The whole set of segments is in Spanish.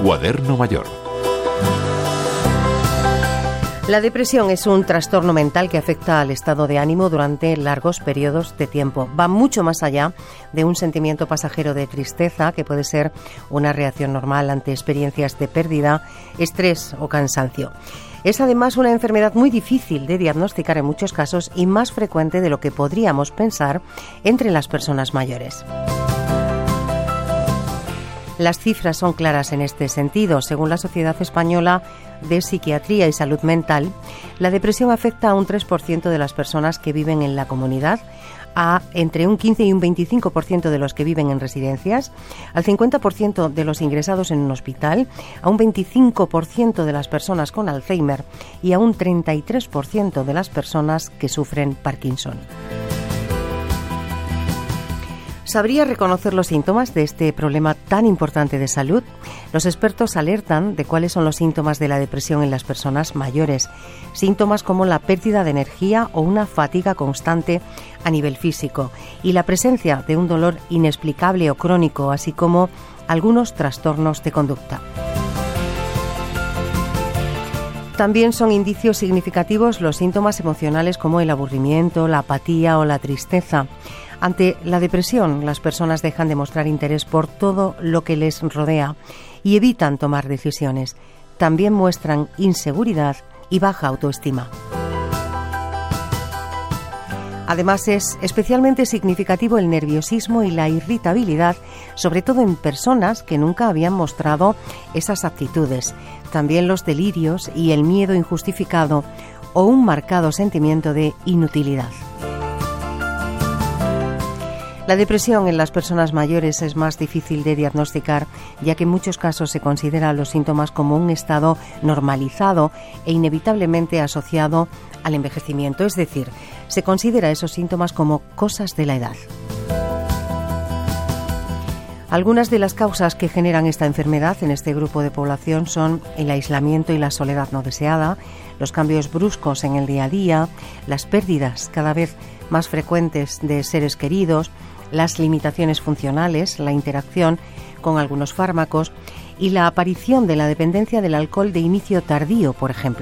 Cuaderno Mayor. La depresión es un trastorno mental que afecta al estado de ánimo durante largos periodos de tiempo. Va mucho más allá de un sentimiento pasajero de tristeza, que puede ser una reacción normal ante experiencias de pérdida, estrés o cansancio. Es además una enfermedad muy difícil de diagnosticar en muchos casos y más frecuente de lo que podríamos pensar entre las personas mayores. Las cifras son claras en este sentido. Según la Sociedad Española de Psiquiatría y Salud Mental, la depresión afecta a un 3% de las personas que viven en la comunidad, a entre un 15 y un 25% de los que viven en residencias, al 50% de los ingresados en un hospital, a un 25% de las personas con Alzheimer y a un 33% de las personas que sufren Parkinson. ¿Sabría reconocer los síntomas de este problema tan importante de salud? Los expertos alertan de cuáles son los síntomas de la depresión en las personas mayores. Síntomas como la pérdida de energía o una fatiga constante a nivel físico y la presencia de un dolor inexplicable o crónico, así como algunos trastornos de conducta. También son indicios significativos los síntomas emocionales como el aburrimiento, la apatía o la tristeza. Ante la depresión, las personas dejan de mostrar interés por todo lo que les rodea y evitan tomar decisiones. También muestran inseguridad y baja autoestima. Además, es especialmente significativo el nerviosismo y la irritabilidad, sobre todo en personas que nunca habían mostrado esas actitudes. También los delirios y el miedo injustificado o un marcado sentimiento de inutilidad. La depresión en las personas mayores es más difícil de diagnosticar, ya que en muchos casos se considera los síntomas como un estado normalizado e inevitablemente asociado al envejecimiento, es decir, se considera esos síntomas como cosas de la edad. Algunas de las causas que generan esta enfermedad en este grupo de población son el aislamiento y la soledad no deseada, los cambios bruscos en el día a día, las pérdidas cada vez más frecuentes de seres queridos, las limitaciones funcionales, la interacción con algunos fármacos y la aparición de la dependencia del alcohol de inicio tardío, por ejemplo.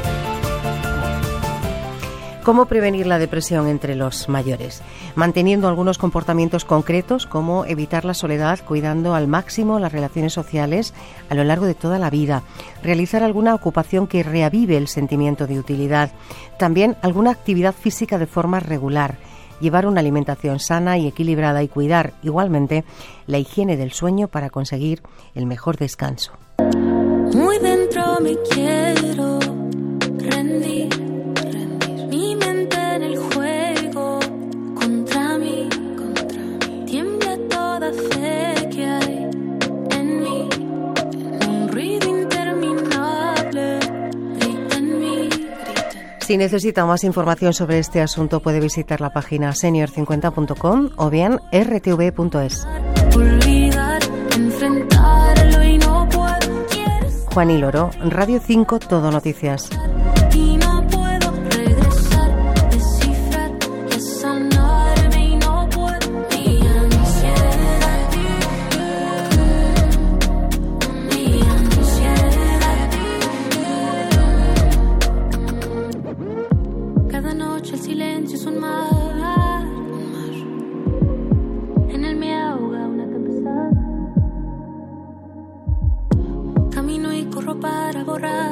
¿Cómo prevenir la depresión entre los mayores? Manteniendo algunos comportamientos concretos como evitar la soledad, cuidando al máximo las relaciones sociales a lo largo de toda la vida, realizar alguna ocupación que reavive el sentimiento de utilidad, también alguna actividad física de forma regular, llevar una alimentación sana y equilibrada y cuidar igualmente la higiene del sueño para conseguir el mejor descanso. Muy dentro me quiero rendir, mi mente en el juego contra mí, tiembla toda fe que hay en mí, un ruido interminable grita en mí. Si necesita más información sobre este asunto puede visitar la página senior50.com o bien rtv.es. Juan y Loro, Radio 5, Todo Noticias. El silencio es un mar, en él me ahoga una tempestad. Camino y corro para borrar